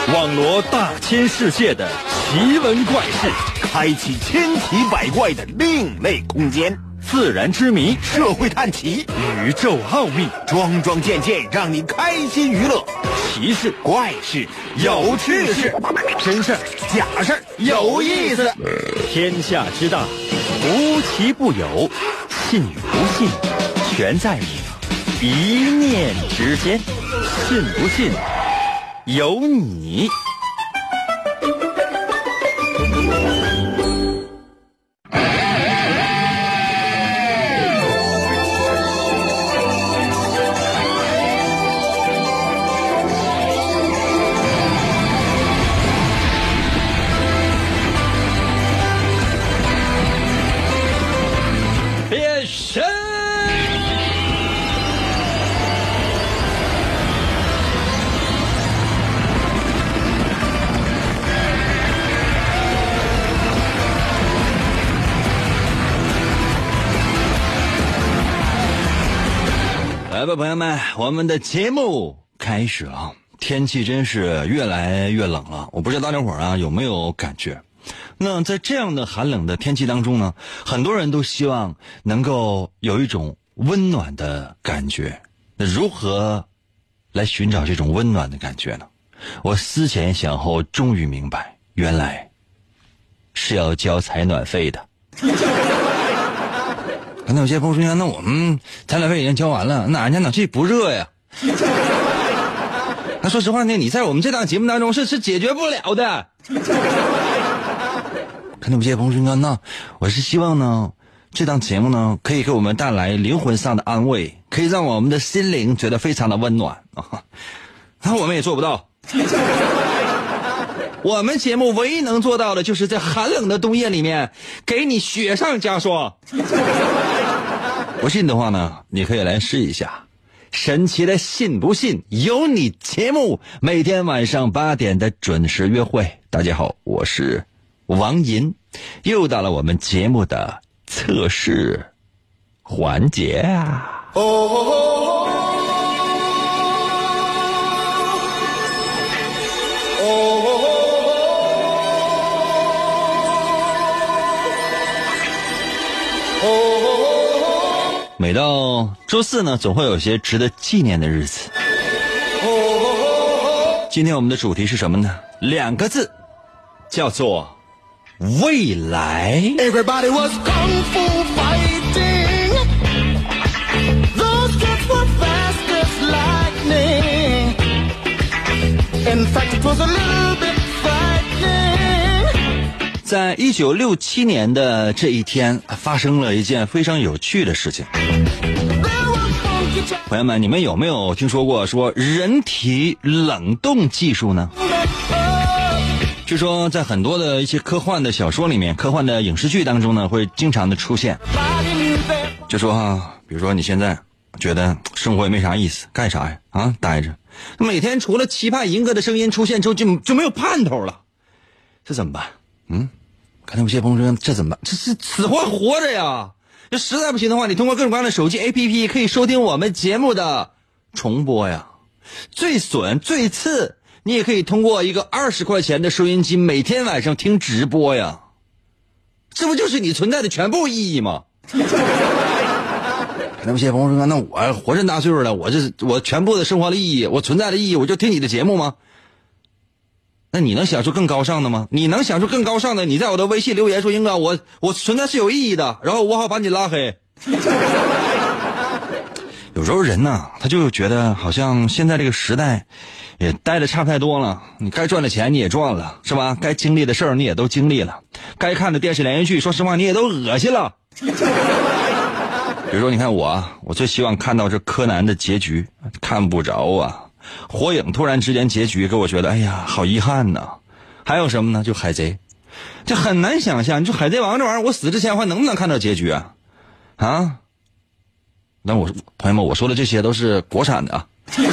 网罗大千世界的奇闻怪事， 开启千奇百怪的另类空间， 自然之谜， 社会探奇， 宇宙奥秘， 桩桩件件让你开心娱乐。 奇事怪事有趣事，真事假事有意思。 天下之大，无奇不有，信与不信全在你一念之间。信不信由你。变身来吧，朋友们，我们的节目开始了。天气真是越来越冷了，我不知道大家伙儿有没有感觉。那在这样的寒冷的天气当中呢，很多人都希望能够有一种温暖的感觉。那如何来寻找这种温暖的感觉呢？我思前想后，终于明白，原来是要交采暖费的。那有些朋友说，那我们采暖费已经交完了，那俺家暖气不热呀。那说实话呢，你在我们这档节目当中是解决不了的。看到有些朋友说，那我是希望呢，这档节目呢可以给我们带来灵魂上的安慰，可以让我们的心灵觉得非常的温暖啊。那我们也做不到。我们节目唯一能做到的就是在寒冷的冬夜里面给你雪上加霜。不信的话呢，你可以来试一下。神奇的信不信由你节目，每天晚上8点的准时约会。大家好，我是王银，又到了我们节目的测试环节啊。每到周四呢，总会有些值得纪念的日子。今天我们的主题是什么呢？2个字，叫做未来。Everybody was kung fu fighting. Those kids were fast as lightning. In fact, it was a little bit frightening. 在1967年的这一天，发生了一件非常有趣的事情。朋友们，你们有没有听说过说人体冷冻技术呢？据说在很多的一些科幻的小说里面，科幻的影视剧当中呢，会经常的出现。就说比如说你现在觉得生活也没啥意思，干啥呀？待着，每天除了期盼银哥的声音出现之后就没有盼头了，这怎么办？看到有些朋友说这怎么办？这是死活活着呀！这实在不行的话，你通过各种各样的手机 APP 可以收听我们节目的重播呀。最损最次，你也可以通过一个20块钱的收音机每天晚上听直播呀。这不就是你存在的全部意义吗？那么些朋友说，那我活这么大岁数了，我全部的生活的意义，我存在的意义，我就听你的节目吗？那你能想出更高尚的吗？你能想出更高尚的，你在我的微信留言说，英哥，我存在是有意义的，然后我好把你拉黑。有时候人呢，他就觉得好像现在这个时代也待的差不太多了，你该赚的钱你也赚了，是吧？该经历的事儿你也都经历了，该看的电视连续剧说实话你也都恶心了。比如说你看我最希望看到这柯南的结局，看不着啊。火影突然之间结局给我觉得哎呀好遗憾呐。还有什么呢？就海贼，这很难想象，就海贼王这玩意儿我死之前还能不能看到结局啊？那朋友们，我说的这些都是国产的啊。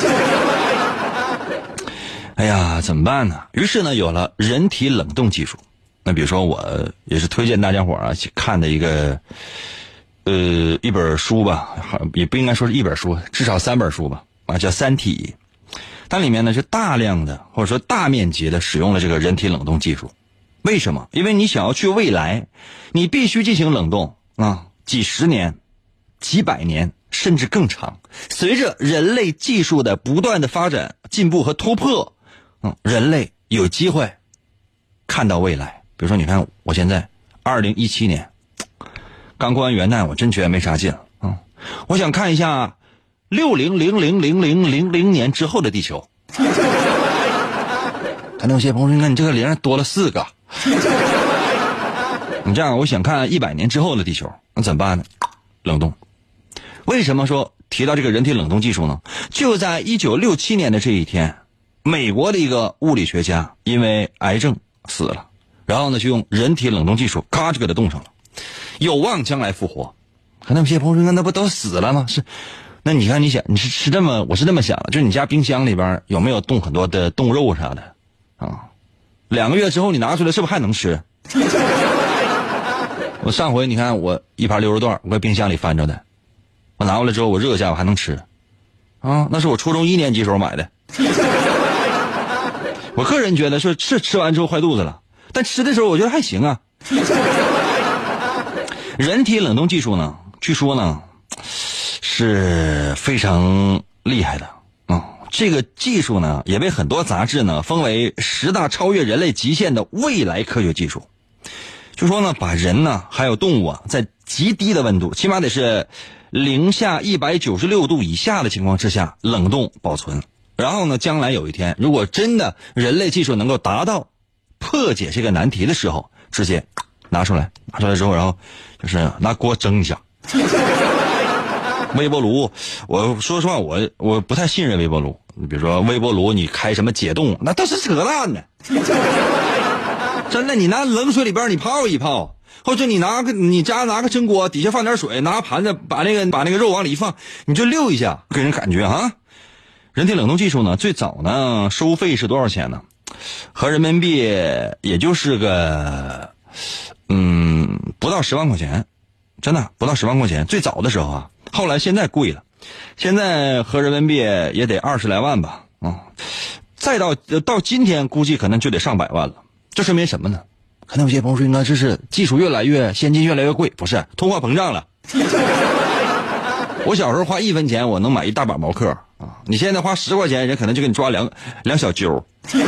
哎呀怎么办呢？于是呢有了人体冷冻技术。那比如说我也是推荐大家伙去看的一个一本书吧，也不应该说是一本书，至少3本书吧，叫《三体》。 它里面呢是大量的或者说大面积的使用了这个人体冷冻技术。为什么？因为你想要去未来，你必须进行冷冻几十年、几百年甚至更长。随着人类技术的不断的发展、进步和突破，人类有机会看到未来。比如说你看我现在2017年刚过完元旦，我真觉得没啥劲了。我想看一下60000000年之后的地球。可能有些朋友说，你看你这个零多了4个。你这样，我想看100年之后的地球，那怎么办呢？冷冻。为什么说提到这个人体冷冻技术呢？就在1967年的这一天，美国的一个物理学家因为癌症死了，然后呢就用人体冷冻技术咔就给他冻上了，有望将来复活。可能有些朋友说，那不都死了吗？是。那你看，你想你是这么，我是这么想的，就是你家冰箱里边有没有冻很多的冻肉啥的？2个月之后你拿出来是不是还能吃？我上回你看我一盘溜肉段，我在冰箱里翻着的，我拿过来之后我热一下我还能吃那是我初中1年级时候买的。我个人觉得是吃完之后坏肚子了，但吃的时候我觉得还行啊。人体冷冻技术呢，据说呢是非常厉害的这个技术呢也被很多杂志呢封为10大超越人类极限的未来科学技术。就说呢把人呢还有动物在极低的温度，起码得是零下196度以下的情况之下冷冻保存，然后呢将来有一天如果真的人类技术能够达到破解这个难题的时候，直接拿出来之后，然后就是拿锅蒸一下。微波炉，我说实话，我不太信任微波炉。比如说微波炉，你开什么解冻，那都是扯淡的。真的，你拿冷水里边你泡一泡，或者你拿个蒸锅，底下放点水，拿盘子把那个肉往里一放，你就溜一下，给人感觉人体冷冻技术呢，最早呢收费是多少钱呢？合人民币也就是个不到10万块钱，真的不到10万块钱。最早的时候后来现在贵了，现在合人民币也得20来万吧再到今天估计可能就得上百万了。这说明什么呢？可能有些朋友说，应该这是技术越来越先进，越来越贵。不是，通货膨胀了。我小时候花1分钱我能买一大把毛克你现在花10块钱，人可能就给你抓两小揪。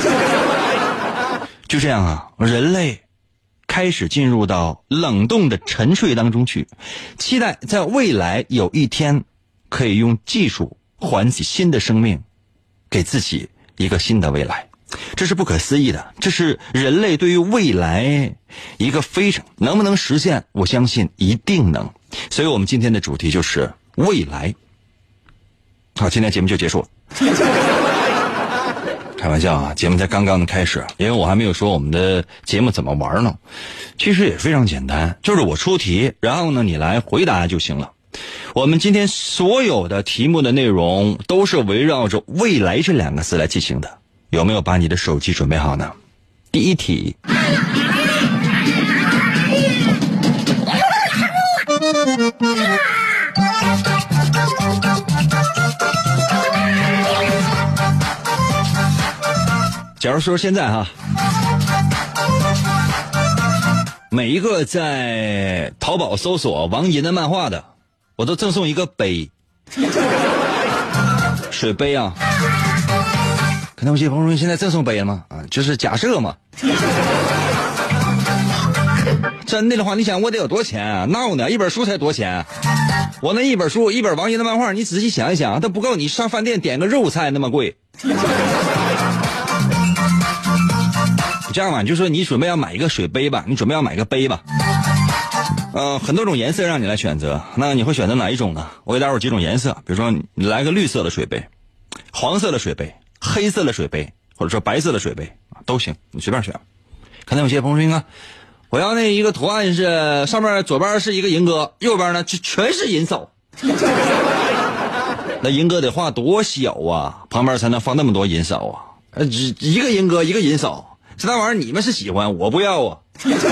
就这样人类开始进入到冷冻的沉睡当中去，期待在未来有一天可以用技术唤起新的生命，给自己一个新的未来。这是不可思议的，这是人类对于未来一个非常能不能实现，我相信一定能。所以我们今天的主题就是未来。好，今天节目就结束了。开玩笑节目才刚刚的开始，因为我还没有说我们的节目怎么玩呢。其实也非常简单，就是我出题，然后呢你来回答就行了。我们今天所有的题目的内容都是围绕着未来这2个字来进行的。有没有把你的手机准备好呢？第一题，假如说现在每一个在淘宝搜索王银的漫画的，我都赠送一个杯，水杯可能有些朋友说现在赠送杯了吗？就是假设嘛。真的话，你想我得有多钱闹呢？一本书才多钱我那一本书，一本王银的漫画，你仔细想一想，它不够你上饭店点个肉菜那么贵。这样吧，就说你准备要买一个水杯吧，你准备要买个杯吧。很多种颜色让你来选择，那你会选择哪一种呢？我给大伙儿几种颜色，比如说你来个绿色的水杯，黄色的水杯，黑色的水杯，或者说白色的水杯都行，你随便选。可能有些朋友说我要那一个图案是上面左边是一个银鸽，右边呢全是银嫂。那银鸽得画多小旁边才能放那么多银嫂一个银鸽一个银嫂，这玩意儿你们是喜欢，我不要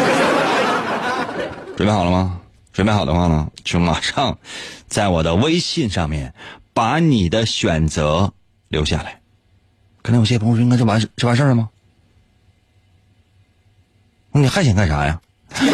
准备好了吗？准备好的话呢，就马上在我的微信上面把你的选择留下来。 可能有些朋友说应该就完事了吗？你还想干啥呀？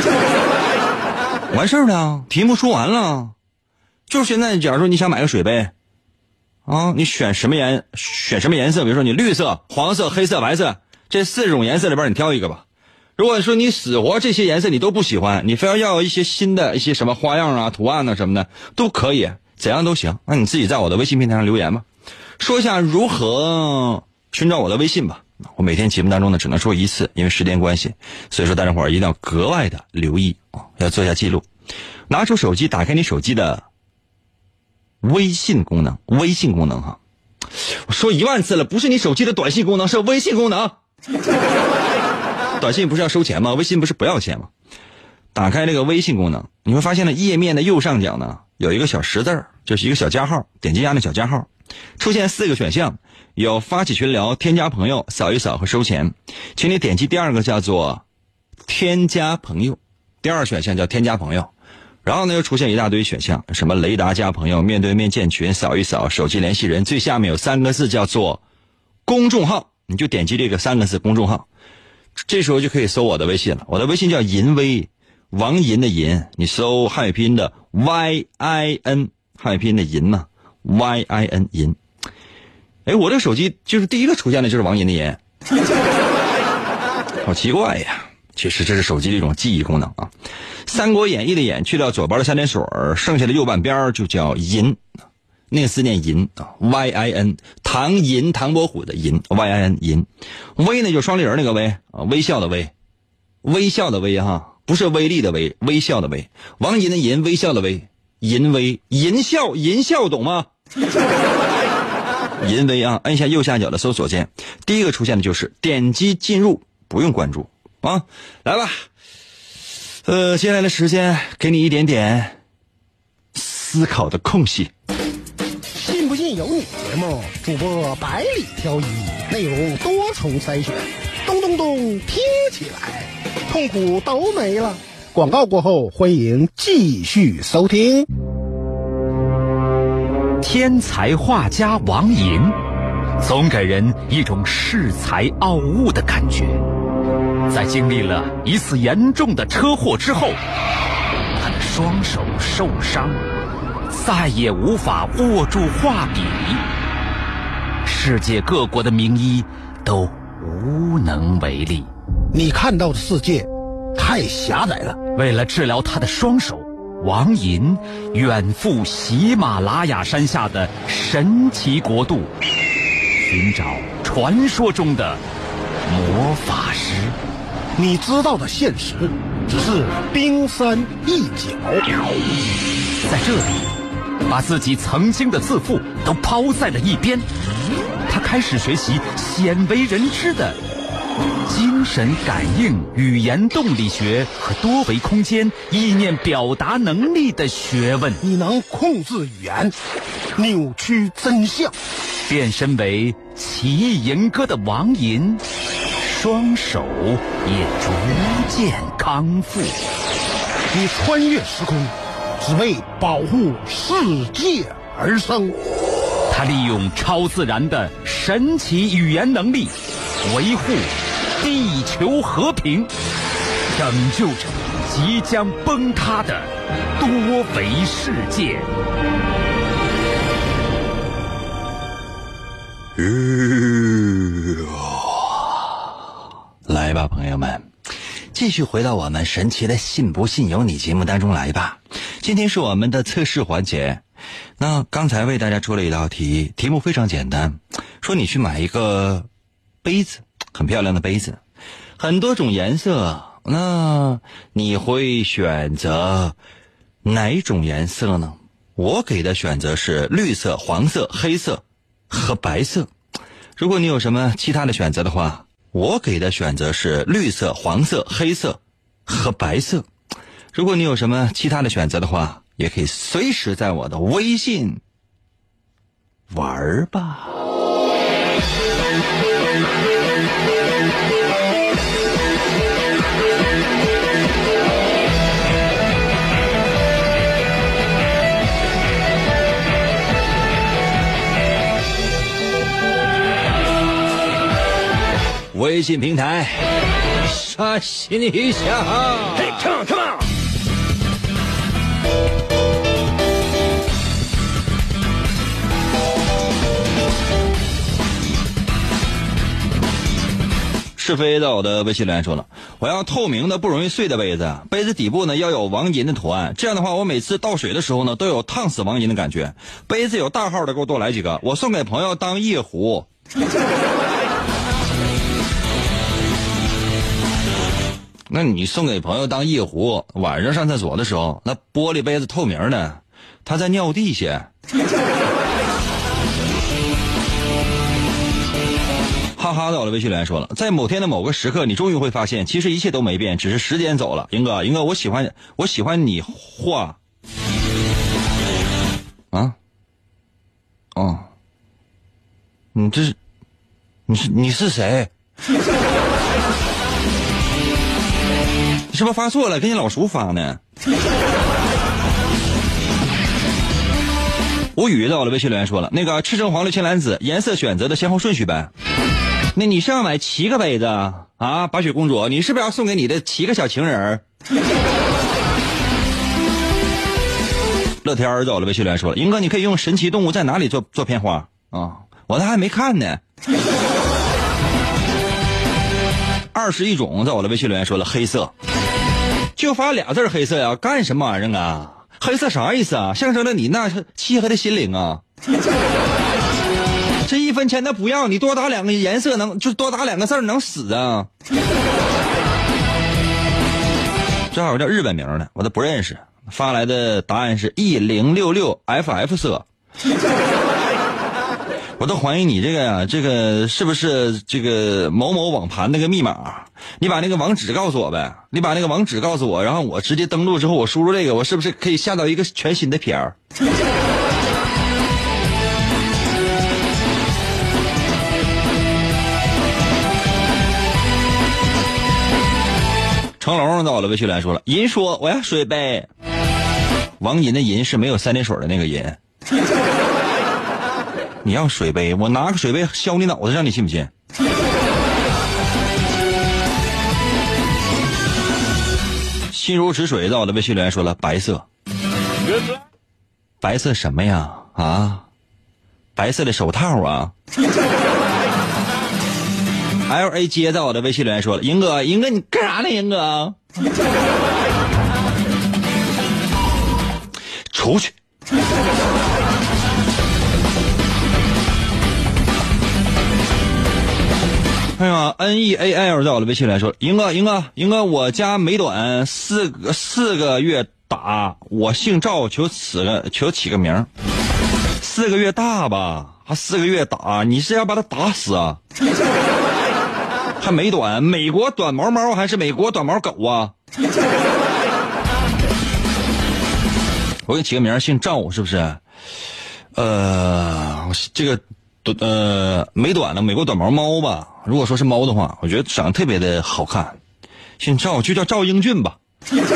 完事了，题目说完了。就是现在，假如说你想买个水杯啊，你选什么颜色？比如说你绿色、黄色、黑色、白色这4种颜色里边你挑一个吧。如果说你死活这些颜色你都不喜欢，你非要一些新的一些什么花样啊、图案啊什么的都可以，怎样都行。那你自己在我的微信平台上留言吧，说一下如何寻找我的微信吧。我每天节目当中呢只能说一次，因为时间关系，所以说大家伙儿一定要格外的留意啊，要做一下记录。拿出手机，打开你手机的微信功能哈，我说1万次了，不是你手机的短信功能，是微信功能。短信不是要收钱吗？微信不是不要钱吗？打开这个微信功能，你会发现呢，页面的右上角呢有一个小10字，就是一个小加号，点击一下那小加号，出现4个选项，有发起群聊、添加朋友、扫一扫和收钱。请你点击第2个叫做添加朋友，第2选项叫添加朋友。然后呢，又出现一大堆选项，什么雷达加朋友、面对面建群、扫一扫、手机联系人，最下面有3个字叫做公众号，你就点击这个3个字公众号，这时候就可以搜我的微信了。我的微信叫银威，王银的银，你搜汉语拼音的 YIN， 汉语拼音的银嘛 ，YIN 银。哎，我这个手机就是第一个出现的就是王银的银，好奇怪呀！其实这是手机的一种记忆功能啊。三国演义的演去掉左边的3点水，剩下的右半边就叫银，那个字念银啊 ，YIN， 唐银，唐伯虎的银 ，YIN 银。微呢就是双立人那个微啊，微笑的微，微笑的微哈，不是威力的威，微笑的微。王银的银，微笑的微，银微，银笑懂吗？银微啊，按下右下角的搜索键，第一个出现的就是点击进入，不用关注啊，来吧。接下来的时间给你一点点思考的空隙。 信不信由你节目，主播百里挑一，内容多重筛选，咚咚咚听起来，痛苦都没了。广告过后，欢迎继续收听。 天才画家王银，总给人一种恃才傲物的感觉。在经历了一次严重的车祸之后，他的双手受伤，再也无法握住画笔，世界各国的名医都无能为力。 你看到的世界太狭窄了。 为了治疗他的双手，王银远赴喜马拉雅山下的神奇国度，寻找传说中的魔法师。 你知道的现实只是冰山一角。 在这里，把自己曾经的自负都抛在了一边，他开始学习鲜为人知的精神感应、语言动力学和多维空间意念表达能力的学问。 你能控制语言，扭曲真相， 变身为奇异吟歌的王银，双手也逐渐康复。 你穿越时空，只为保护世界而生。 他利用超自然的神奇语言能力，维护地球和平，拯救着即将崩塌的多维世界。 来吧，朋友们，继续回到我们神奇的信不信由你节目当中来吧。今天是我们的测试环节。那刚才为大家出了一道题，题目非常简单，说你去买一个杯子，很漂亮的杯子，很多种颜色，那你会选择哪种颜色呢？我给的选择是绿色、黄色、黑色和白色。如果你有什么其他的选择的话，我给的选择是绿色、黄色、黑色和白色。如果你有什么其他的选择的话，也可以随时在我的微信玩吧。 微信平台刷新一下。 嘿 come on。 是非在我的微信留言说了，我要透明的不容易碎的杯子，杯子底部呢要有王银的图案，这样的话我每次倒水的时候呢都有烫死王银的感觉。杯子有大号的给我多来几个，我送给朋友当夜壶。那你送给朋友当夜壶，晚上上厕所的时候，那玻璃杯子透明的，他在尿地下。哈哈的我的微信留言说了，在某天的某个时刻，你终于会发现，其实一切都没变，只是时间走了。英哥，我喜欢你画啊，哦，你是谁？你是不是发错了？跟你老叔发呢？无语的我的微信留言说了，那个赤橙黄绿青蓝紫颜色选择的先后顺序呗。那你是要买7个杯子啊，白雪公主，你是不是要送给你的7个小情人？乐天儿在我的微信留言说了，英哥你可以用神奇动物在哪里做片花啊？我还没看呢。21种在我的微信留言说了，黑色，就发俩字黑色呀，干什么玩意儿啊？黑色啥意思啊？象征了你那漆黑的心灵啊！这1分钱的不要，你多打2个颜色就多打2个字能死啊！这好像叫日本名的，我都不认识。发来的答案是 E066FF 色。我都怀疑你这个是不是这个某某网盘那个密码？你把那个网址告诉我呗，你把那个网址告诉我，然后我直接登录之后我输入这个，我是不是可以下到一个全新的片儿？成龙在我的微信来说了，银说我要水杯，王银的银是没有3点水的那个银。你要水杯，我拿个水杯削你脑袋，让你信不信？心如止水在我的微信留言说了，白色。白色什么呀？啊，白色的手套啊。LA 接在我的微信留言说了，英哥你干啥呢？英哥出去。哎呀 ，NEAL 在我的微信来说，英哥，我家美短4个月打，我姓赵，求起个名。4个月大吧，还4个月打，你是要把他打死啊？还美短，美国短毛猫还是美国短毛狗啊？我给你起个名，姓赵，是不是？这个。美短的美国短毛猫吧，如果说是猫的话，我觉得长得特别的好看，姓赵就叫赵英俊吧，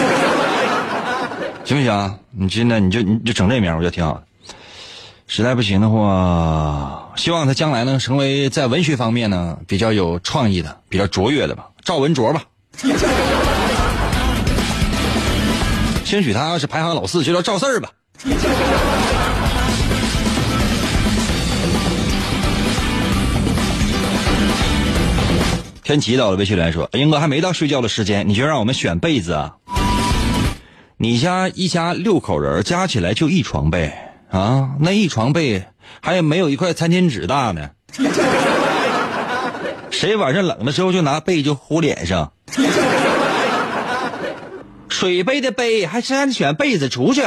行不行？你现在你就整这名，我觉得挺好的。实在不行的话，希望他将来呢成为在文学方面呢比较有创意的、比较卓越的吧，赵文卓吧。兴许他要是排行老4，就叫赵四儿吧。天琪到了微信来说，英哥还没到睡觉的时间，你就让我们选被子啊？你家一家6口人加起来就1床被啊？那1床被还没有1块餐巾纸大呢。谁晚上冷的时候就拿被就糊脸上？水杯的杯还是让你选被子出去？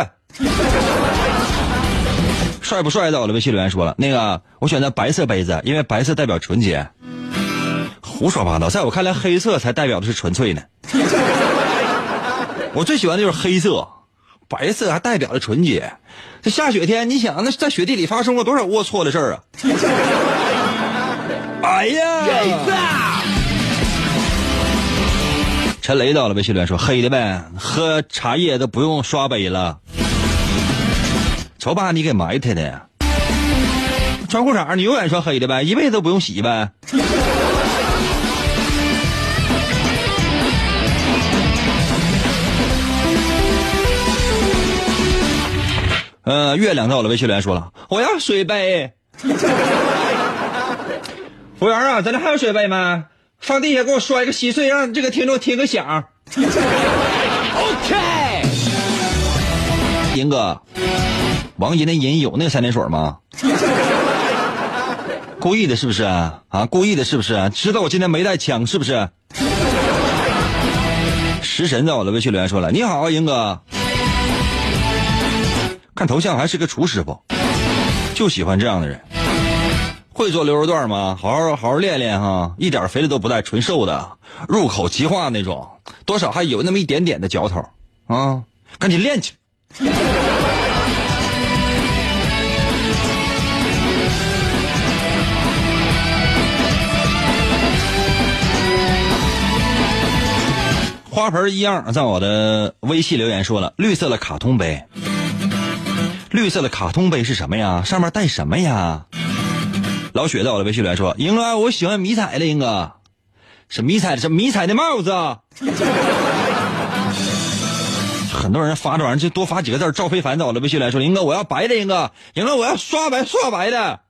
帅不帅的我的微信留言说了，那个我选择白色杯子，因为白色代表纯洁。胡说八道，在我看来黑色才代表的是纯粹呢。我最喜欢的就是黑色，白色还代表着纯洁。这下雪天，你想那在雪地里发生过多少龌龊的事儿啊？哎呀！陈雷到了微信留言说，黑的呗，喝茶叶都不用刷杯了。瞅把你给埋汰的呀！穿裤衩你永远穿黑的呗，一辈子都不用洗呗。 个月亮在我的微信留言说了，我要水杯。服务员啊，咱这还有水杯吗？放地下给我摔个稀碎，让这个听众听个响。OK。银哥，王银的银有那个三点水吗？故意的是不是啊？故意的是不是？知道我今天没带枪是不是？食神在我的微信留言说了，你好啊，银哥。看头像还是个厨师傅，就喜欢这样的人。会做溜肉段吗？好好练练哈，一点肥的都不带，纯瘦的，入口即化那种，多少还有那么一点点的嚼头啊！赶紧练去。花盆一样在我的微信留言说了，绿色的卡通杯。绿色的卡通杯是什么呀？上面带什么呀？老雪在我的微信留言说，英哥我喜欢迷彩的，英哥是迷彩的，是迷彩的帽子。很多人发这玩意儿就多发几个字。赵非凡在我的微信留言说，英哥我要白的，英哥我要刷白的。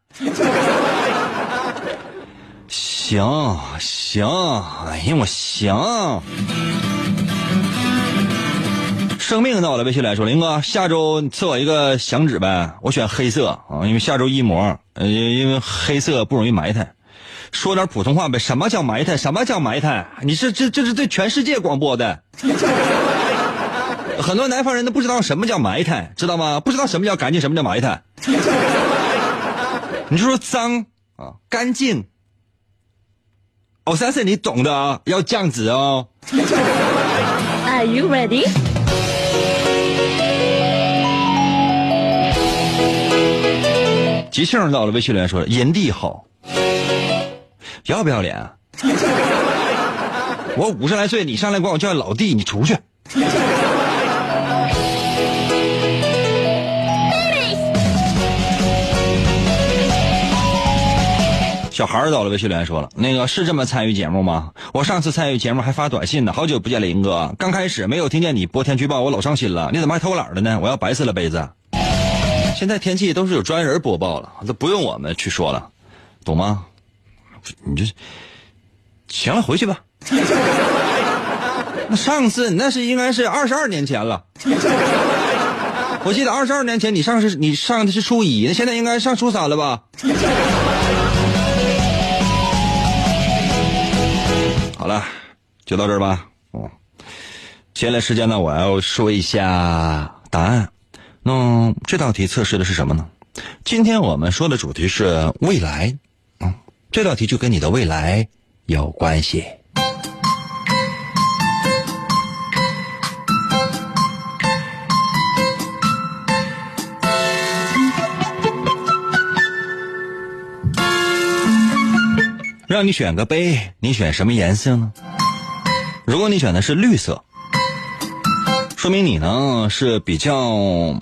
行，哎呀我行。生命在我的微信来说，林哥下周赐我一个响指呗，我选黑色啊，因为下周一模，因为黑色不容易埋汰。说点普通话呗，什么叫埋汰？什么叫埋汰？你是这是对全世界广播的。很多南方人都不知道什么叫埋汰，知道吗？不知道什么叫干净，什么叫埋汰。你就说脏啊，干净。我相信你懂的啊，要这样子哦。 Are you ready？ 吉庆到了微信留言说，银地好，要不要脸啊？我50来岁，你上来管我叫老弟，你出去。小孩到了微信留言说了，那个是这么参与节目吗？我上次参与节目还发短信呢，好久不见了，银哥。刚开始没有听见你播天气预报，我老伤心了。你怎么还偷懒了呢？我要白色的杯子。现在天气都是有专人播报了，都不用我们去说了，懂吗？你就行了，回去吧。那上次那是应该是22年前了。我记得22年前你上的是初一，那现在应该上初3了吧？好了，就到这儿吧。接下来时间呢，我要说一下答案。那这道题测试的是什么呢？今天我们说的主题是未来，这道题就跟你的未来有关系。让你选个杯，你选什么颜色呢？如果你选的是绿色，说明你呢是比较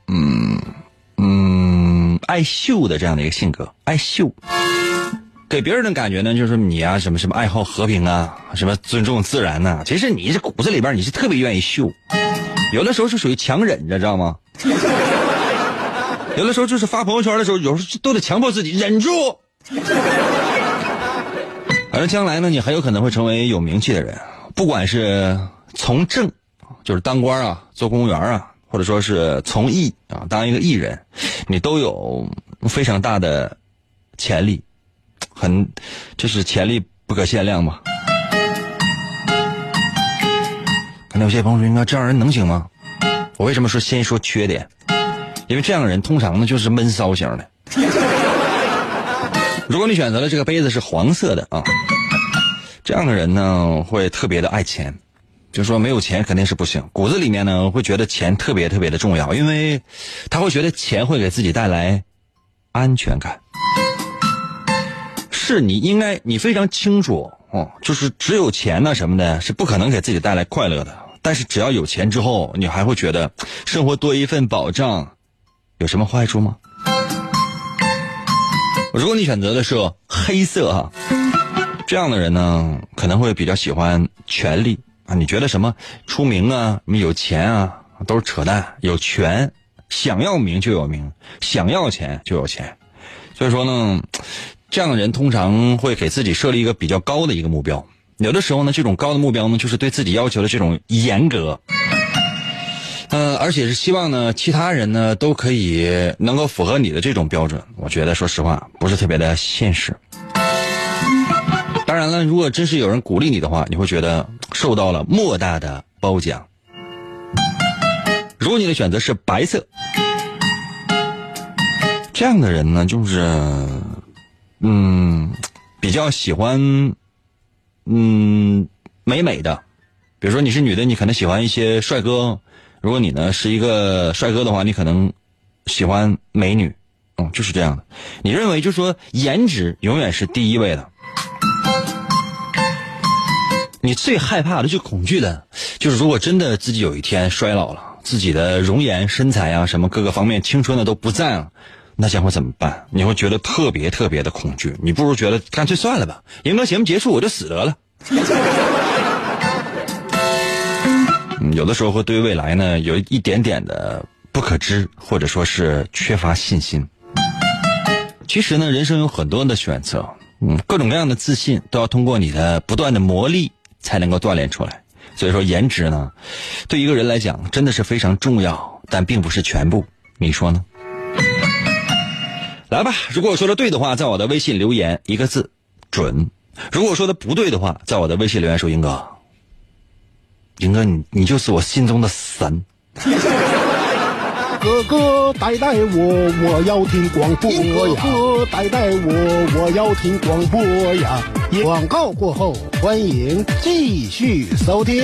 爱秀的这样的一个性格，爱秀，给别人的感觉呢就是你啊什么爱好和平啊，什么尊重自然啊，其实你这骨子里边你是特别愿意秀，有的时候是属于强忍着，知道吗？有的时候就是发朋友圈的时候，有时候都得强迫自己忍住。反正将来呢，你很有可能会成为有名气的人，不管是从政，就是当官啊，做公务员啊，或者说是从艺啊，当一个艺人，你都有非常大的潜力，就是潜力不可限量嘛。可能有些朋友说，应该这样人能行吗？我为什么说先说缺点？因为这样的人通常呢就是闷骚型的。如果你选择了这个杯子是黄色的啊，这样的人呢会特别的爱钱，就是说没有钱肯定是不行，骨子里面呢会觉得钱特别特别的重要，因为他会觉得钱会给自己带来安全感。是你非常清楚就是只有钱呢什么的是不可能给自己带来快乐的，但是只要有钱之后，你还会觉得生活多一份保障，有什么坏处吗？如果你选择的是黑色这样的人呢可能会比较喜欢权力啊，你觉得什么出名啊，什么有钱啊都是扯淡，有权想要名就有名，想要钱就有钱。所以说呢，这样的人通常会给自己设立一个比较高的一个目标。有的时候呢，这种高的目标呢，就是对自己要求的这种严格。而且是希望呢，其他人呢都可以能够符合你的这种标准。我觉得说实话不是特别的现实。当然了，如果真是有人鼓励你的话，你会觉得受到了莫大的褒奖。如果你的选择是白色，这样的人呢，就是比较喜欢美美的。比如说你是女的，你可能喜欢一些帅哥。如果你呢是一个帅哥的话，你可能喜欢美女，就是这样的。你认为就是说颜值永远是第一位的。你最害怕的、最恐惧的，就是如果真的自己有一天衰老了，自己的容颜、身材啊什么各个方面青春的都不在了，那将会怎么办？你会觉得特别特别的恐惧。你不如觉得干脆算了吧，赢哥节目结束我就死得了。有的时候会对未来呢有一点点的不可知，或者说是缺乏信心。其实呢，人生有很多的选择，各种各样的自信都要通过你的不断的磨砺才能够锻炼出来。所以说颜值呢，对一个人来讲真的是非常重要，但并不是全部。你说呢？来吧，如果我说的对的话，在我的微信留言一个字准；如果说的不对的话，在我的微信留言说英哥，你就是我心中的神。 哥哥带带我要听广播呀！哥哥带带我要听广播呀！广告过后，欢迎继续收听。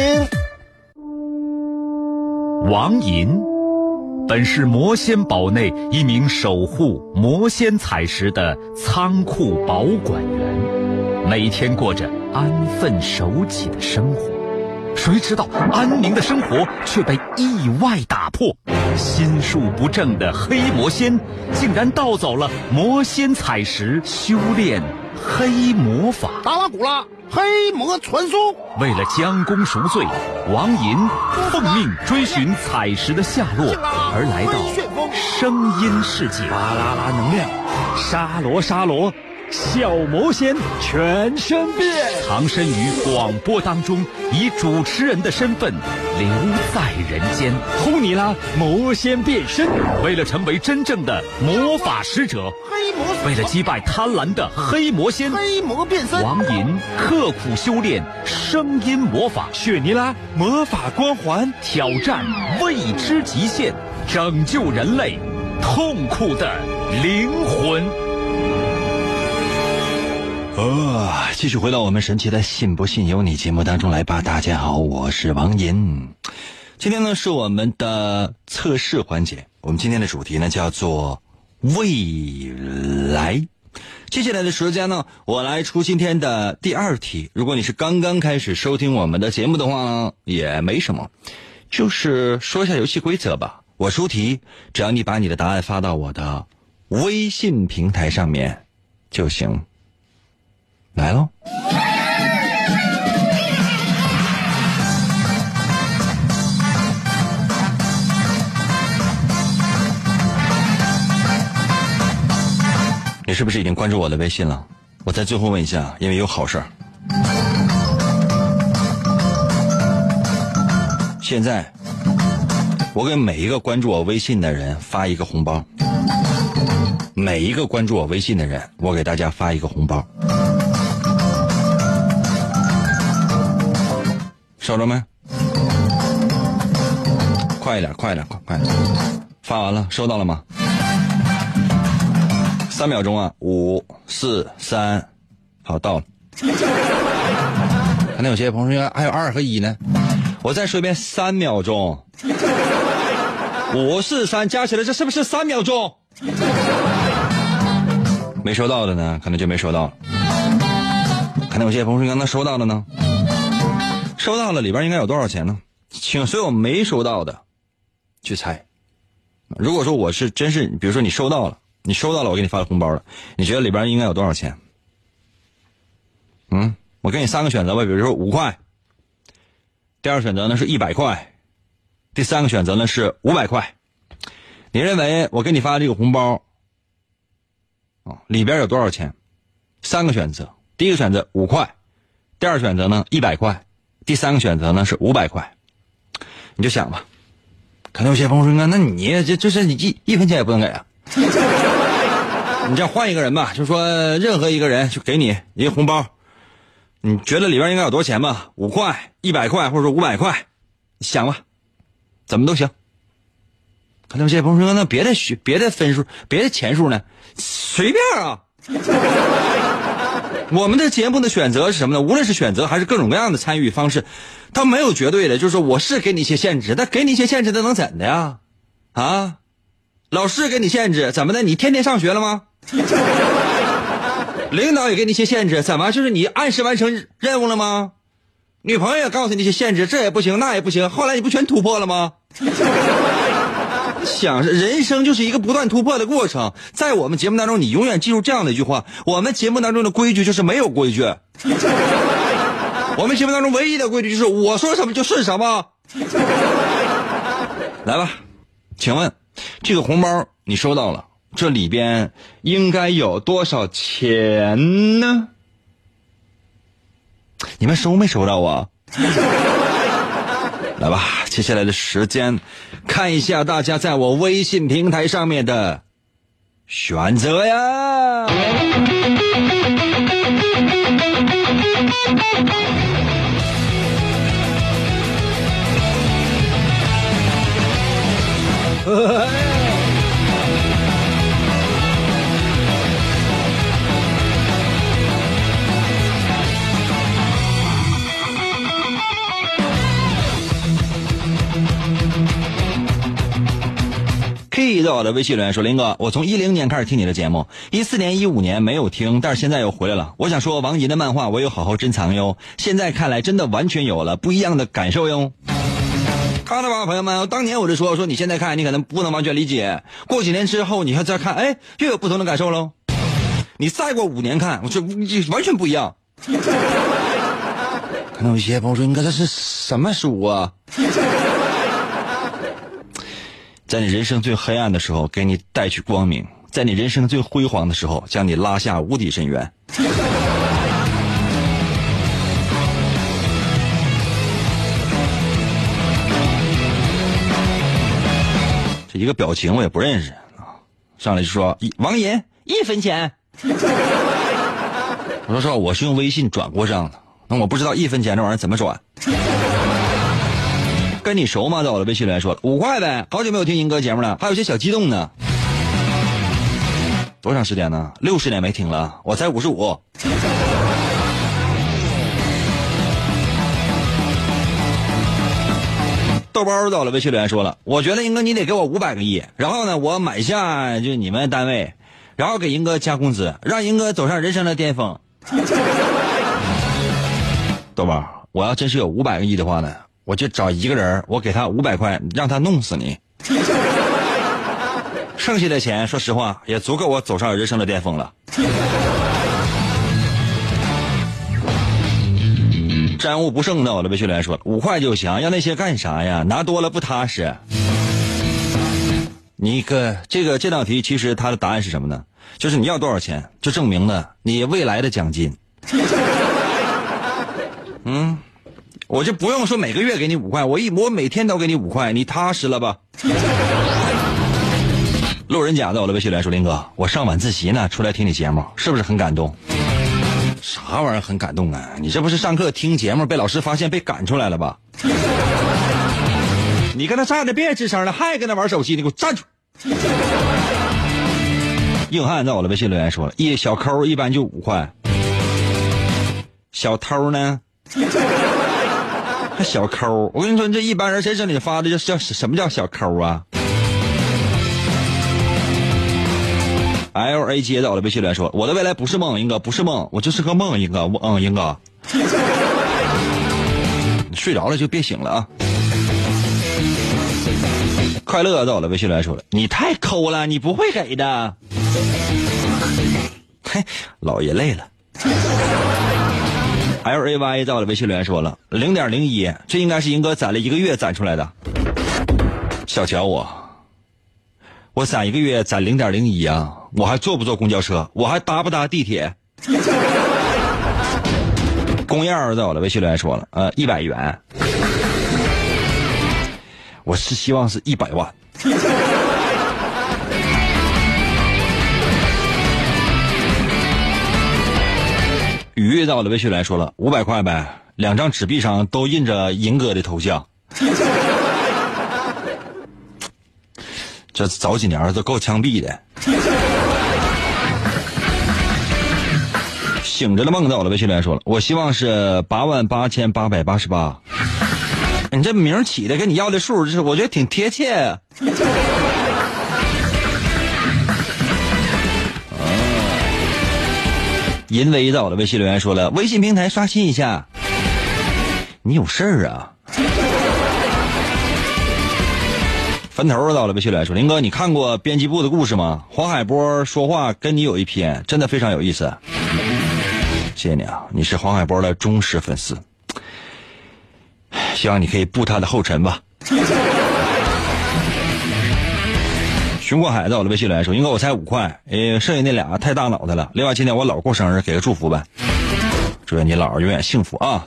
王银本是魔仙堡内一名守护魔仙采石的仓库保管员，每天过着安分守己的生活。谁知道安宁的生活却被意外打破，心术不正的黑魔仙竟然盗走了魔仙采石，修炼黑魔法。 达拉古拉黑魔传说。 为了将功赎罪，王银奉命追寻采石的下落，而来到声音世界。 啦啦啦能量，沙罗小魔仙全身变， 藏身于广播当中，以主持人的身份留在人间。 呼尼拉魔仙变身， 为了成为真正的魔法使者， 黑魔为了击败贪婪的黑魔仙， 黑魔变身。 王银刻苦修炼声音魔法， 雪尼拉魔法光环， 挑战未知极限，拯救人类痛苦的灵魂。 继续回到我们神奇的信不信由你节目当中来吧。大家好，我是王银。今天呢是我们的测试环节，我们今天的主题呢叫做未来。接下来的时间呢，我来出今天的第二题。如果你是刚刚开始收听我们的节目的话呢，也没什么，就是说一下游戏规则吧。我出题，只要你把你的答案发到我的微信平台上面就行。来喽！你是不是已经关注我的微信了？我再最后问一下，因为有好事儿。现在我给每一个关注我微信的人发一个红包，每一个关注我微信的人，我给大家发一个红包。收着没？快一点，快一点，快一点！发完了，收到了吗？3秒钟啊，5、4、3，好，到了。可能有些朋友说还有2和1呢，我再说一遍，3秒钟，5、4、3加起来，这是不是3秒钟？没收到的呢，可能就没收到了。可能有些朋友说那收到了呢？收到了，里边应该有多少钱呢？请所有没收到的去猜。如果说我是真是，比如说你收到了，我给你发了红包了，你觉得里边应该有多少钱？我给你3个选择吧，比如说5块，第二选择呢是100块，第3个选择呢是500块。 你认为我给你发这个红包里边有多少钱？3个选择，第一个选择5块，第二个选择呢100块，第三个选择呢是500块。你就想吧，可能有些朋友说，那你就是你1分钱也不能给啊。你这样换一个人吧，就说任何一个人就给你一个红包，你觉得里边应该有多少钱吧？5块、100块或者说500块，你想吧，怎么都行。可能有些朋友说，那别的分数、别的钱数呢？随便啊。我们的节目的选择是什么呢？无论是选择还是各种各样的参与方式，它没有绝对的，就是说我是给你一些限制，但给你一些限制，那能怎的呀？啊，老师给你限制，怎么的？你天天上学了吗？领导也给你一些限制，怎么就是你按时完成任务了吗？女朋友也告诉你一些限制，这也不行那也不行，后来你不全突破了吗？想人生就是一个不断突破的过程，在我们节目当中，你永远记住这样的一句话：我们节目当中的规矩就是没有规矩。我们节目当中唯一的规矩就是我说什么就是什么。来吧，请问这个红包你收到了，这里边应该有多少钱呢？你们收没收到啊？来吧，接下来的时间看一下大家在我微信平台上面的选择呀。K 在我的微信留言说，林哥，我从10年开始听你的节目，14年15年没有听，但是现在又回来了。我想说王银的漫画我有好好珍藏哟，现在看来真的完全有了不一样的感受哟。看到吧朋友们，当年我就说你现在看你可能不能完全理解，过几年之后你再看，哎，又有不同的感受喽。你再过5年看，我这完全不一样。可能有些朋友说，你看这是什么书啊？在你人生最黑暗的时候给你带去光明，在你人生最辉煌的时候将你拉下无底深渊。这一个表情我也不认识啊，上来就说王银1分钱。我说我是用微信转过账的，那我不知道1分钱这玩意儿怎么转。跟你熟吗？在我的微信留言说了5块呗，好久没有听银哥节目了，还有些小激动呢。多长时间呢？60年没听了，我才55。豆包在我的微信留言说了，我觉得银哥你得给我500个亿，然后呢我买下就你们单位，然后给银哥加工资，让银哥走上人生的巅峰。豆包，我要真是有500个亿的话呢，我就找一个人，我给他500块，让他弄死你。剩下的钱说实话也足够我走上人生的巅峰了。沾物不剩的我的微信留言说5块就行，要那些干啥呀？拿多了不踏实。这道题其实它的答案是什么呢？就是你要多少钱就证明了你未来的奖金。我就不用说每个月给你5块，我每天都给你5块，你踏实了吧？路人甲在我的微信来说，林哥，我上晚自习呢，出来听你节目，是不是很感动？啥玩意儿很感动啊？你这不是上课听节目被老师发现被赶出来了吧？你跟他站着别吱声了，还跟他玩手机，你给我站住！硬汉在我的微信留言说了，小抠一般就5块，小偷呢？还小抠？我跟你说，这一般人谁知道你发的叫什么叫小抠啊？LA 接到了微信来说，我的未来不是梦，英哥不是梦，我就是个梦，英哥，英哥，你睡着了就别醒了啊！快乐到了微信来说了，你太抠了，你不会给的。嘿，老爷累了。LAY 到了微信留言说了 0.01， 这应该是英哥攒了1个月攒出来的。小乔我攒1个月攒 0.01 啊，我还坐不坐公交车，我还搭不搭地铁。公燕在我的微信留言说了100元，我是希望是100万。雨在我的微信留言说了500块呗，2张纸币上都印着银哥的头像。这早几年都够枪毙的。醒着的梦在我的微信留言说了，我希望是88888。你这名起的跟你要的数，就是我觉得挺贴切啊。银威在我的微信留言说了，微信平台刷新一下。你有事儿啊？坟头到了微信来说，林哥，你看过编辑部的故事吗？黄海波说话跟你有一篇，真的非常有意思。谢谢你啊，你是黄海波的忠实粉丝，希望你可以步他的后尘吧。寻过海在我的微信来说，林哥我才5块，剩下那俩太大脑袋了。另外今天我姥过生日，给个祝福呗，祝愿你姥永远幸福啊。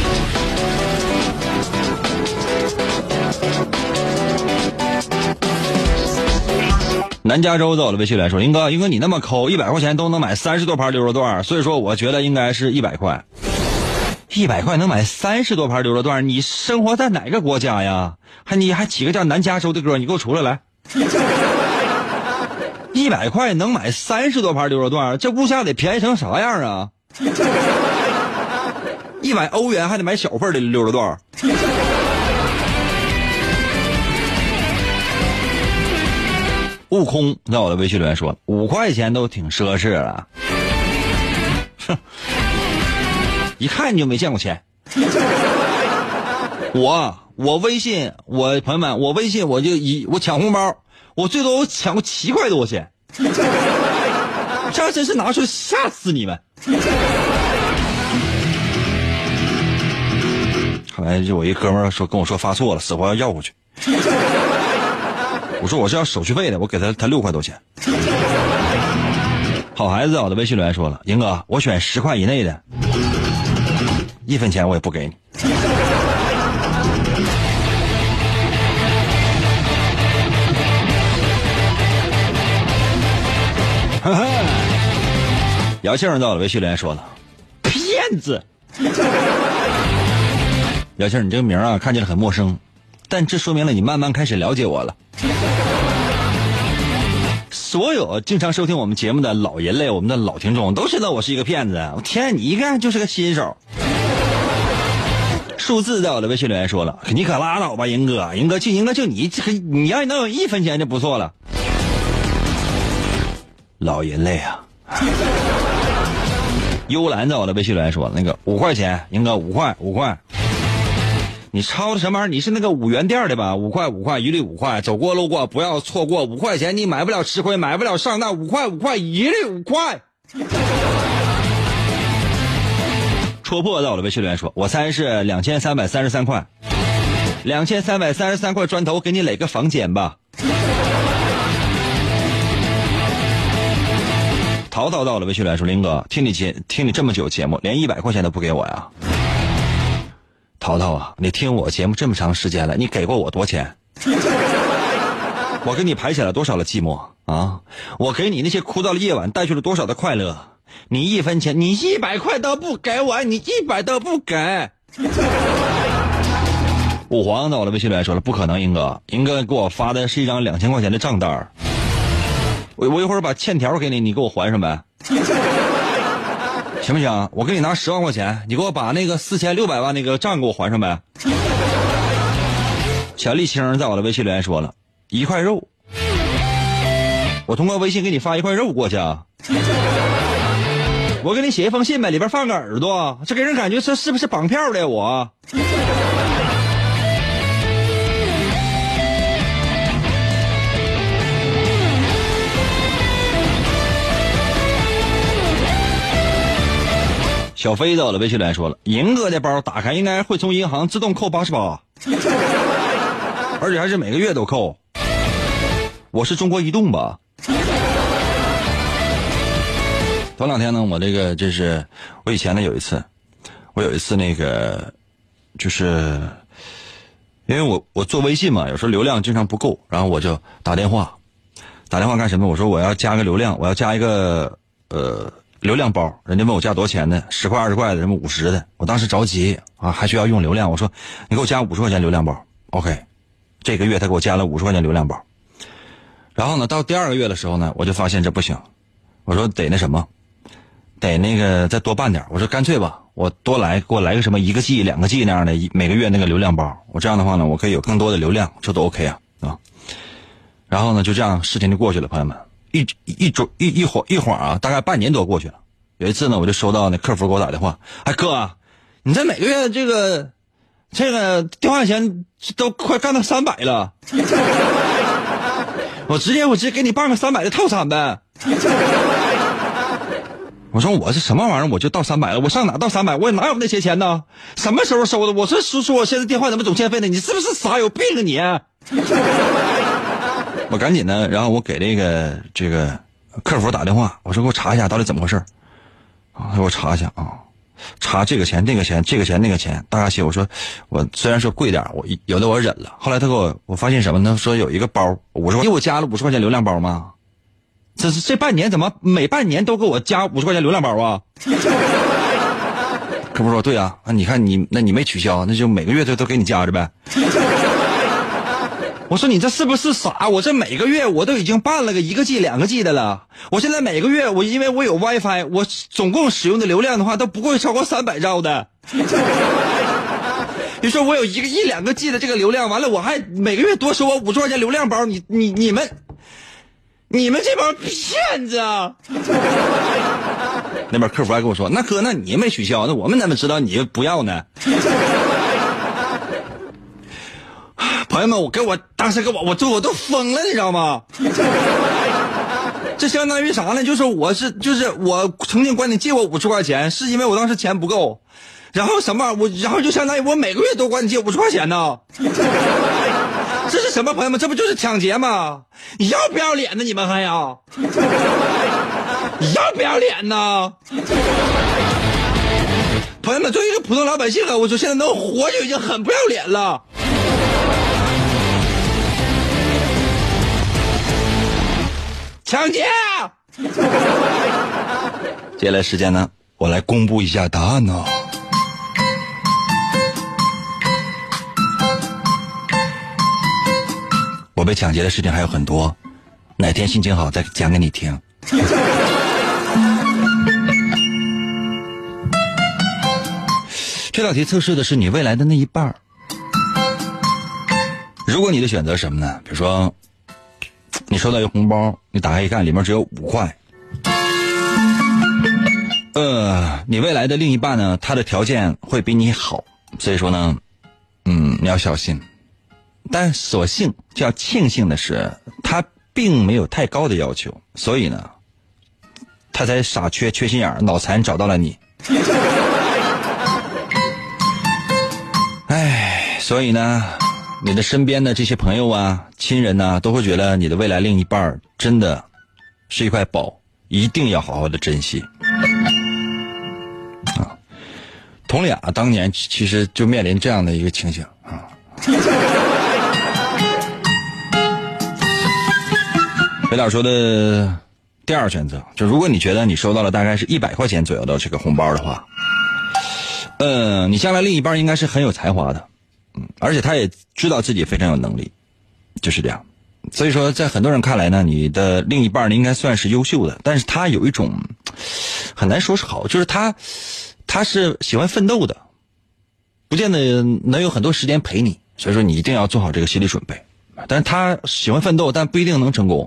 南加州在我的微信来说，林哥你那么抠，100块钱都能买30多盘溜肉段，所以说我觉得应该是100块。100块能买30多盘溜肉段，你生活在哪个国家呀？你还起个叫南加州的歌，你给我出来来。100块能买30多盘溜肉段，这物价得便宜成啥样啊？100欧元还得买小份的溜肉段。悟空在我的微信留言说，5块钱都挺奢侈了。哼，一看你就没见过钱。我微信，朋友们，我微信我抢红包，我最多抢过7块多钱。这真是拿出来吓死你们。后来就我一哥们儿跟我说发错了，死活要回去。我说我是要手续费的，我给他6块多钱。好孩子，我的微信留言说了，英哥，我选10块以内的，1分钱我也不给你。姚庆在我的微信留言说了，骗子。姚庆，你这个名啊看起来很陌生，但这说明了你慢慢开始了解我了。所有经常收听我们节目的老人类，我们的老听众都知道我是一个骗子。我天，你一看就是个新手。数字在我的微信留言说了，你可拉倒吧，英哥就你要能有1分钱就不错了。老人类啊。幽兰在我的微信留言说，那个5块钱，英哥5块。你抄的什么玩意儿？你是那个5元店的吧？5块，一律5块，走过路过不要错过。5块钱你买不了吃亏，买不了上当。5块，一律5块。戳破在我的微信留言说，我猜是2333块，2333块砖头给你垒个房间吧。淘淘到了微信来说，林哥，听你这么久节目，连100块钱都不给我呀？淘淘啊，你听我节目这么长时间了，你给过我多钱？我给你排遣了多少的寂寞啊？我给你那些枯燥的夜晚带去了多少的快乐？你1分钱，你100块都不给我，你100都不给。武皇到了微信里来说了，不可能，英哥给我发的是一张2000块钱的账单，我一会儿把欠条给你，你给我还上呗。行不行？我给你拿10万块钱，你给我把那个4600万那个账给我还上呗。小沥青在我的微信留言说了，1块肉，我通过微信给你发1块肉过去啊。我给你写一封信呗，里边放个耳朵，这给人感觉这是不是绑票的我？小飞在我的微信里说了，银哥的包打开应该会从银行自动扣88，而且还是每个月都扣。 我是中国移动吧？头2天呢，我以前呢有一次那个就是因为我做微信嘛，有时候流量经常不够，然后我就打电话干什么？我说我要加个流量，我要加一个流量包，人家问我加多少钱的，10块20块的，什么50的，我当时着急啊，还需要用流量，我说你给我加50块钱流量包 ，OK， 这个月他给我加了50块钱流量包，然后呢，到第2个月的时候呢，我就发现这不行，我说得那什么，得那个再多办点，我说干脆吧，我给我来个什么1个 G 2个 G 那样的每个月那个流量包，我这样的话呢，我可以有更多的流量，这都 OK 啊。然后呢，就这样事情就过去了，朋友们，一会儿啊，大概半年多过去了。有一次呢，我就收到那客服给我打电话，哎哥，你这每个月这个电话钱都快干到300了，我直接给你办个300的套餐呗。我说我是什么玩意儿，我就到300了，我上哪到300？我哪有那些钱呢？什么时候收的？我说叔叔，我现在电话怎么总欠费呢？你是不是傻有病啊你？我赶紧的，然后我给这个客服打电话，我说给我查一下到底怎么回事啊？给我查一下啊，查这个钱那个钱，这个钱那个钱，大概些。我说我虽然说贵点，我有的我忍了。后来他给我发现什么呢？说有一个包50块，因为我加了50块钱流量包吗？这半年怎么每半年都给我加50块钱流量包啊？客服说对啊，你看你没取消，那就每个月都给你加着呗。我说你这是不是傻？我这每个月我都已经办了个1个 G 2个 G 的了，我现在每个月因为我有 WiFi， 我总共使用的流量的话都不会超过300兆的。你说我有1个 1、2个 G 的这个流量，完了我还每个月多收我50块钱流量包，你们这帮骗子啊！那边客服还跟我说，那哥，那你没取消，那我们怎么知道你不要呢？朋友们，我当时我都疯了，你知道吗？这相当于啥呢？就是我曾经管你借过50块钱，是因为我当时钱不够，然后然后就相当于我每个月都管你借50块钱呢。这是什么？朋友们，这不就是抢劫吗？你要不要脸呢？你们还要？你要不要脸呢？朋友们，作为一个普通老百姓啊，我说现在能活就已经很不要脸了。抢劫！接下来时间呢，我来公布一下答案呢。我被抢劫的事情还有很多，哪天心情好再讲给你听。这道题测试的是你未来的那一半。如果你的选择是什么呢？比如说你收到一个红包，你打开一看里面只有5块，你未来的另一半呢，他的条件会比你好，所以说呢你要小心。但所幸就要庆幸的是，他并没有太高的要求，所以呢他才傻缺心眼脑残找到了你。所以呢你的身边的这些朋友啊亲人啊都会觉得你的未来另一半真的是一块宝，一定要好好的珍惜啊。佟丽娅当年其实就面临这样的一个情形啊。北岛说的第二选择，就如果你觉得你收到了大概是100块钱左右的这个红包的话，你将来另一半应该是很有才华的，而且他也知道自己非常有能力，就是这样。所以说在很多人看来呢，你的另一半呢应该算是优秀的，但是他有一种很难说是好，就是他是喜欢奋斗的，不见得能有很多时间陪你，所以说你一定要做好这个心理准备。但是他喜欢奋斗，但不一定能成功，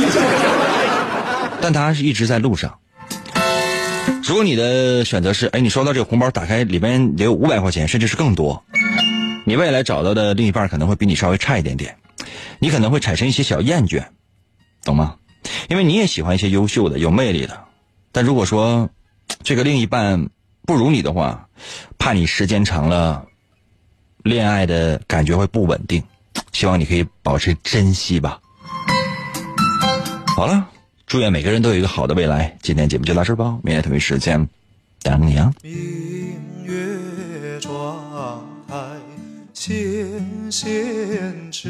但他是一直在路上。如果你的选择是你收到这个红包打开里面得有500块钱甚至是更多，你未来找到的另一半可能会比你稍微差一点点，你可能会产生一些小厌倦，懂吗？因为你也喜欢一些优秀的有魅力的，但如果说这个另一半不如你的话，怕你时间长了恋爱的感觉会不稳定，希望你可以保持珍惜吧。 好了，祝愿每个人都有一个好的未来。今天节目就到这儿吧，明天同一时间等你啊。 明月妆台纤纤指，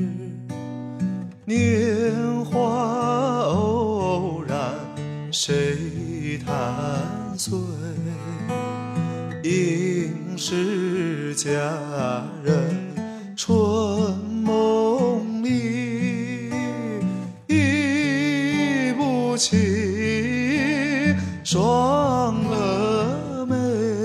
年华偶然谁弹碎？应是佳人春梦里，忆不起双蛾眉，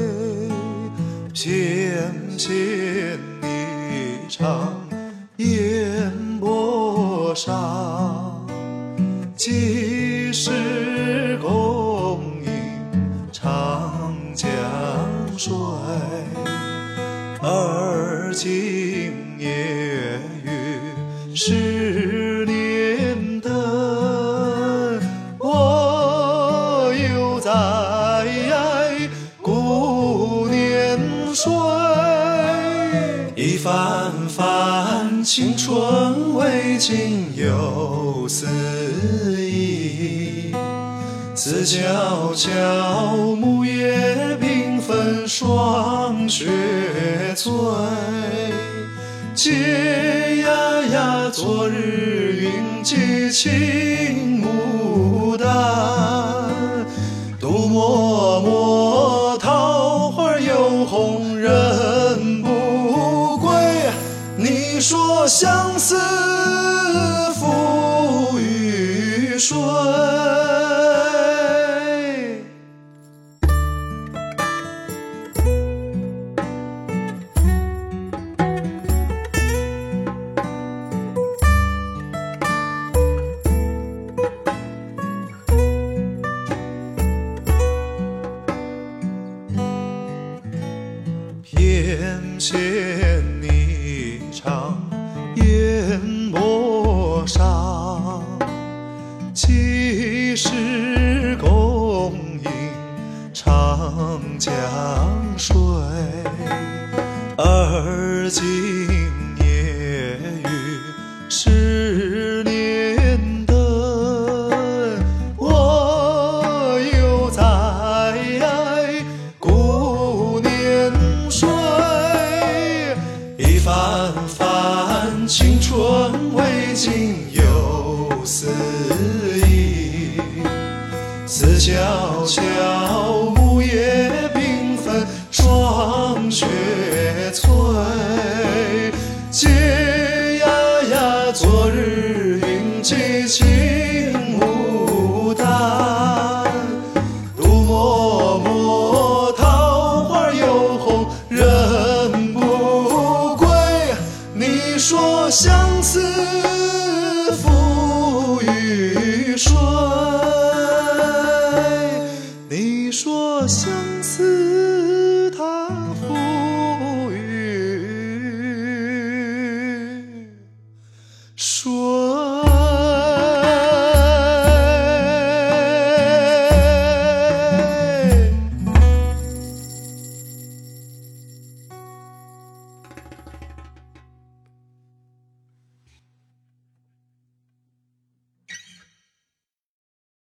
翩翩一场烟波上，几时共饮长江水？而今夜雨十年灯，我又在顾年岁。一番番青春未尽又思忆，自悄悄木叶缤纷霜雪催。嗟呀呀昨日云髻青牡丹，独默默桃花又红人不归。你说相思付与谁？翩跹一场烟波上，几时共饮长江水？而今夜雨十年灯，我又在顾年岁。一番番青春未尽又思忆，自悄悄木叶缤纷霜雪催。嗟呀呀昨日云髻青牡丹，独默默桃花又红人不归。你说相思付与谁？你说相思